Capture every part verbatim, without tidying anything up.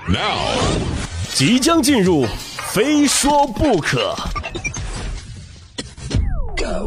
Now， 即将进入，非说不可。Go。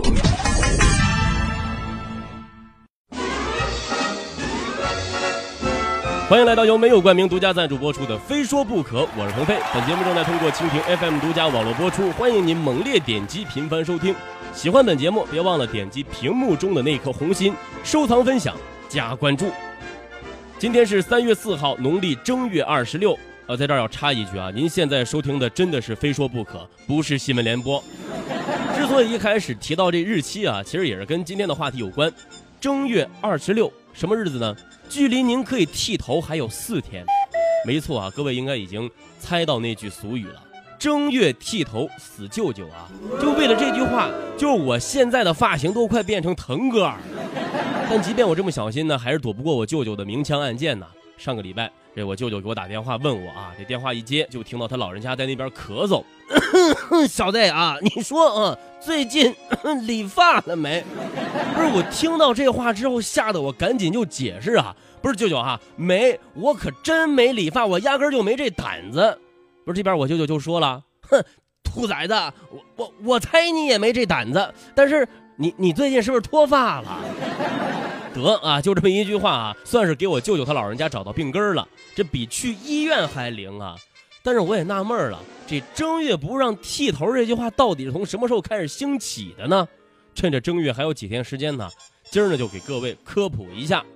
欢迎来到由没有冠名独家赞助播出的《非说不可》，我是鹏飞。本节目正在通过蜻蜓 F M 独家网络播出，欢迎您猛烈点击、频繁收听。喜欢本节目，别忘了点击屏幕中的那颗红心，收藏、分享、加关注。今天是三月四号，农历正月二十六。呃，在这儿要插一句啊，您现在收听的真的是《非说不可》，不是新闻联播。之所以一开始提到这日期啊，其实也是跟今天的话题有关。正月二十六，什么日子呢？距离您可以剃头还有四天。没错啊，各位应该已经猜到那句俗语了，正月剃头死舅舅啊。就为了这句话，就是我现在的发型都快变成腾格尔了。但即便我这么小心呢，还是躲不过我舅舅的明枪暗箭呢。上个礼拜这我舅舅给我打电话问我啊，这电话一接就听到他老人家在那边咳嗽。小子啊，你说啊，最近理发了没？不是，我听到这话之后吓得我赶紧就解释啊，不是舅舅啊，没，我可真没理发，我压根就没这胆子。不是，这边我舅舅就说了，哼，兔崽子，我我我猜你也没这胆子，但是你你最近是不是脱发了？得啊，就这么一句话啊，算是给我舅舅他老人家找到病根了，这比去医院还灵啊。但是我也纳闷了，这正月不让剃头这句话到底是从什么时候开始兴起的呢？趁着正月还有几天时间呢，今儿呢就给各位科普一下。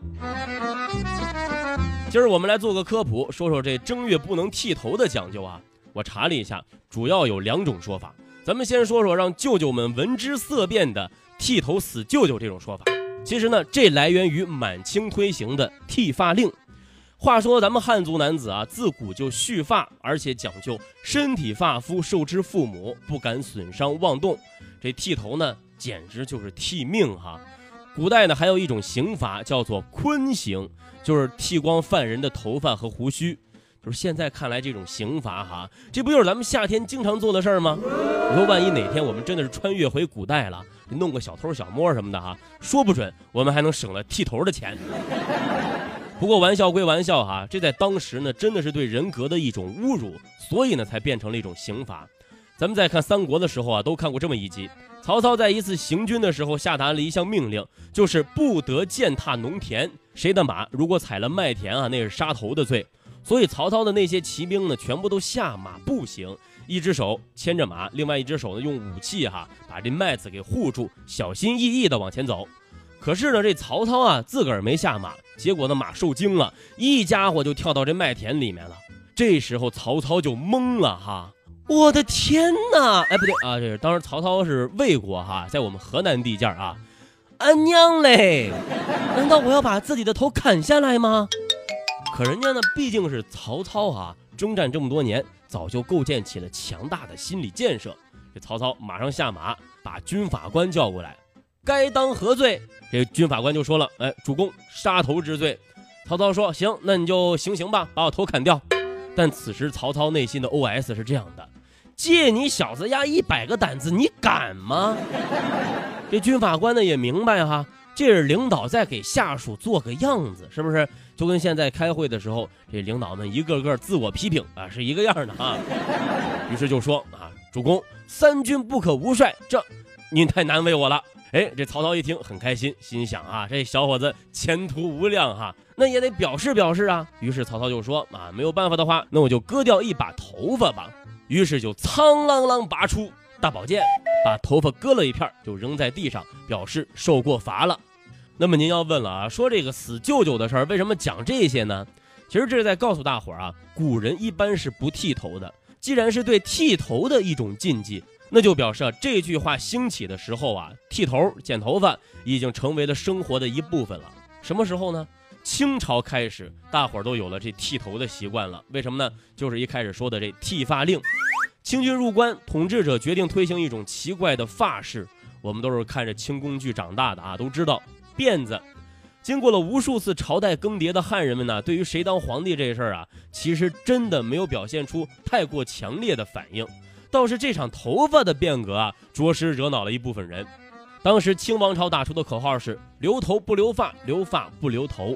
今儿我们来做个科普，说说这正月不能剃头的讲究啊。我查了一下，主要有两种说法。咱们先说说让舅舅们闻之色变的剃头死舅舅这种说法。其实呢，这来源于满清推行的剃发令。话说咱们汉族男子啊，自古就蓄发，而且讲究身体发肤受之父母，不敢损伤妄动。这剃头呢，简直就是剃命哈。古代呢，还有一种刑罚叫做坤刑，就是剃光犯人的头发和胡须。就是现在看来这种刑罚哈，这不就是咱们夏天经常做的事儿吗？你说万一哪天我们真的是穿越回古代了，弄个小偷小摸什么的哈，说不准我们还能省了剃头的钱。不过玩笑归玩笑哈，这在当时呢真的是对人格的一种侮辱，所以呢才变成了一种刑罚。咱们在看三国的时候啊，都看过这么一集，曹操在一次行军的时候下达了一项命令，就是不得践踏农田，谁的马如果踩了麦田啊，那是杀头的罪。所以曹操的那些骑兵呢，全部都下马步行，一只手牵着马，另外一只手呢用武器哈把这麦子给护住，小心翼翼的往前走。可是呢，这曹操啊自个儿没下马，结果呢马受惊了，一家伙就跳到这麦田里面了。这时候曹操就懵了哈，我的天哪！哎，不对啊，这是当时曹操是魏国哈，在我们河南地界啊。俺娘嘞，难道我要把自己的头砍下来吗？可人家呢毕竟是曹操啊，征战这么多年，早就构建起了强大的心理建设。这曹操马上下马，把军法官叫过来，该当何罪？这军法官就说了，哎，主公杀头之罪。曹操说，行，那你就行刑吧，把我头砍掉。但此时曹操内心的 O S 是这样的，借你小子丫一百个胆子，你敢吗？这军法官呢也明白哈，这是领导在给下属做个样子，是不是？就跟现在开会的时候，这领导们一个个自我批评啊，是一个样的啊。于是就说啊，主公，三军不可无帅，这您太难为我了。哎，这曹操一听很开心，心想啊，这小伙子前途无量哈，那也得表示表示啊。于是曹操就说啊，没有办法的话，那我就割掉一把头发吧。于是就苍啷啷拔出大宝剑，把头发割了一片，就扔在地上，表示受过罚了。那么您要问了啊，说这个死舅舅的事儿为什么讲这些呢？其实这是在告诉大伙儿啊，古人一般是不剃头的。既然是对剃头的一种禁忌，那就表示啊，这句话兴起的时候啊，剃头剪头发已经成为了生活的一部分了。什么时候呢？清朝开始，大伙儿都有了这剃头的习惯了。为什么呢？就是一开始说的这剃发令。清军入关，统治者决定推行一种奇怪的发饰，我们都是看着清宫剧长大的啊，都知道辫子。经过了无数次朝代更迭的汉人们呢，对于谁当皇帝这事儿啊，其实真的没有表现出太过强烈的反应。倒是这场头发的变革啊，着实惹恼了一部分人。当时清王朝打出的口号是留头不留发，留发不留头。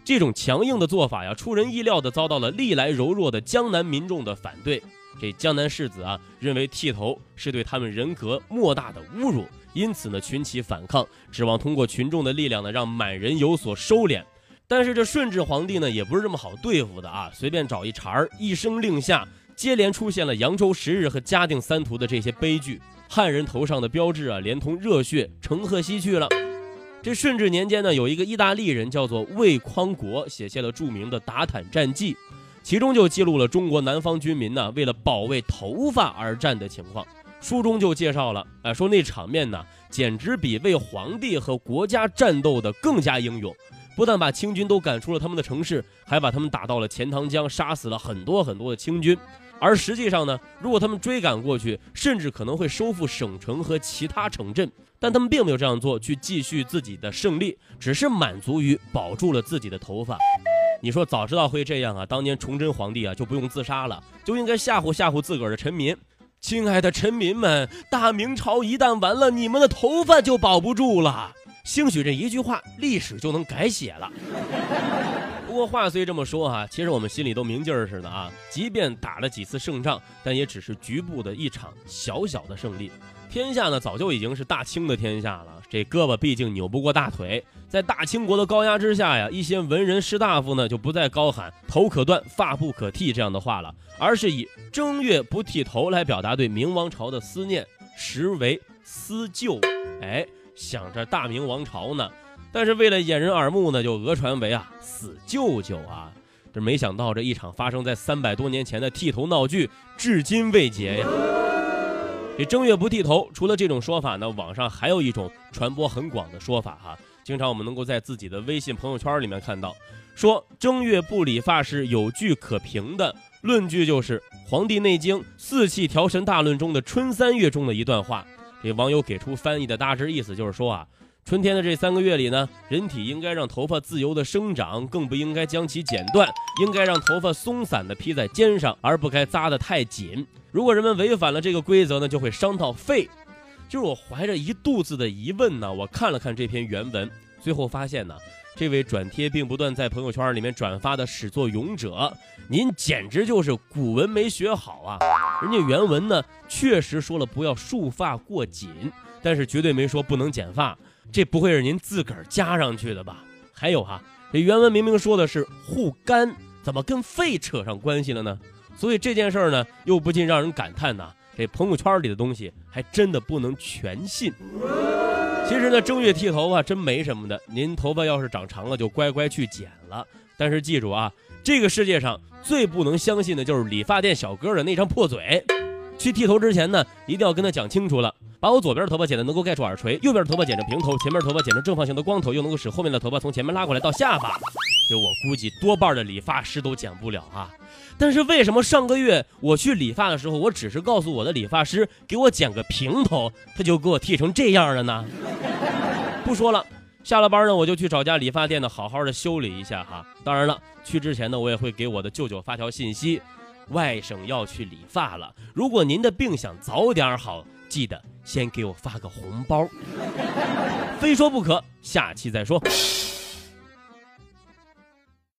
这种强硬的做法呀，出人意料地遭到了历来柔弱的江南民众的反对。这江南士子啊，认为剃头是对他们人格莫大的侮辱，因此呢，群起反抗，指望通过群众的力量呢，让满人有所收敛。但是这顺治皇帝呢，也不是这么好对付的啊，随便找一茬儿，一声令下，接连出现了扬州十日和嘉定三屠的这些悲剧，汉人头上的标志啊，连同热血乘鹤西去了。这顺治年间呢，有一个意大利人叫做魏匡国，写下了著名的达坦战记，其中就记录了中国南方军民呢为了保卫头发而战的情况。书中就介绍了，呃，说那场面呢，简直比为皇帝和国家战斗的更加英勇。不但把清军都赶出了他们的城市，还把他们打到了钱塘江，杀死了很多很多的清军。而实际上呢，如果他们追赶过去，甚至可能会收复省城和其他城镇。但他们并没有这样做，去继续自己的胜利，只是满足于保住了自己的头发。你说早知道会这样啊，当年崇祯皇帝啊就不用自杀了，就应该吓唬吓唬自个儿的臣民。亲爱的臣民们，大明朝一旦完了，你们的头发就保不住了。兴许这一句话，历史就能改写了。不过话虽这么说哈、啊，其实我们心里都明镜儿似的啊。即便打了几次胜仗，但也只是局部的一场小小的胜利。天下呢，早就已经是大清的天下了。这胳膊毕竟扭不过大腿，在大清国的高压之下呀，一些文人士大夫呢，就不再高喊“头可断，发不可剃”这样的话了，而是以正月不剃头来表达对明王朝的思念，实为思旧。哎，想着大明王朝呢，但是为了掩人耳目呢，就讹传为啊死舅舅啊。这没想到这一场发生在三百多年前的剃头闹剧，至今未结呀。这正月不剃头，除了这种说法呢，网上还有一种传播很广的说法哈、啊，经常我们能够在自己的微信朋友圈里面看到，说正月不理发是有据可凭的，论据就是《黄帝内经·四气调神大论》中的春三月中的一段话。这网友给出翻译的大致意思就是说啊，春天的这三个月里呢，人体应该让头发自由的生长，更不应该将其剪断，应该让头发松散的披在肩上，而不该扎得太紧。如果人们违反了这个规则呢，就会伤到肺。就是我怀着一肚子的疑问呢，我看了看这篇原文，最后发现呢，这位转贴并不断在朋友圈里面转发的始作俑者，您简直就是古文没学好啊！人家原文呢确实说了不要束发过紧，但是绝对没说不能剪发，这不会是您自个儿加上去的吧？还有哈，这原文明明说的是护肝，怎么跟肺扯上关系了呢？所以这件事儿呢，又不禁让人感叹呐，这朋友圈里的东西还真的不能全信。其实呢，正月剃头啊，真没什么的。您头发要是长长了，就乖乖去剪了。但是记住啊，这个世界上最不能相信的就是理发店小哥的那张破嘴。去剃头之前呢，一定要跟他讲清楚了，把我左边的头发剪得能够盖住耳垂，右边的头发剪成平头，前面的头发剪成正方形的光头，又能够使后面的头发从前面拉过来到下巴。这我估计多半的理发师都剪不了啊。但是为什么上个月我去理发的时候，我只是告诉我的理发师给我剪个平头，他就给我剃成这样了呢？不说了，下了班呢，我就去找家理发店呢，好好的修理一下哈。当然了，去之前呢，我也会给我的舅舅发条信息，外省要去理发了，如果您的病想早点好，记得先给我发个红包。非说不可，下期再说。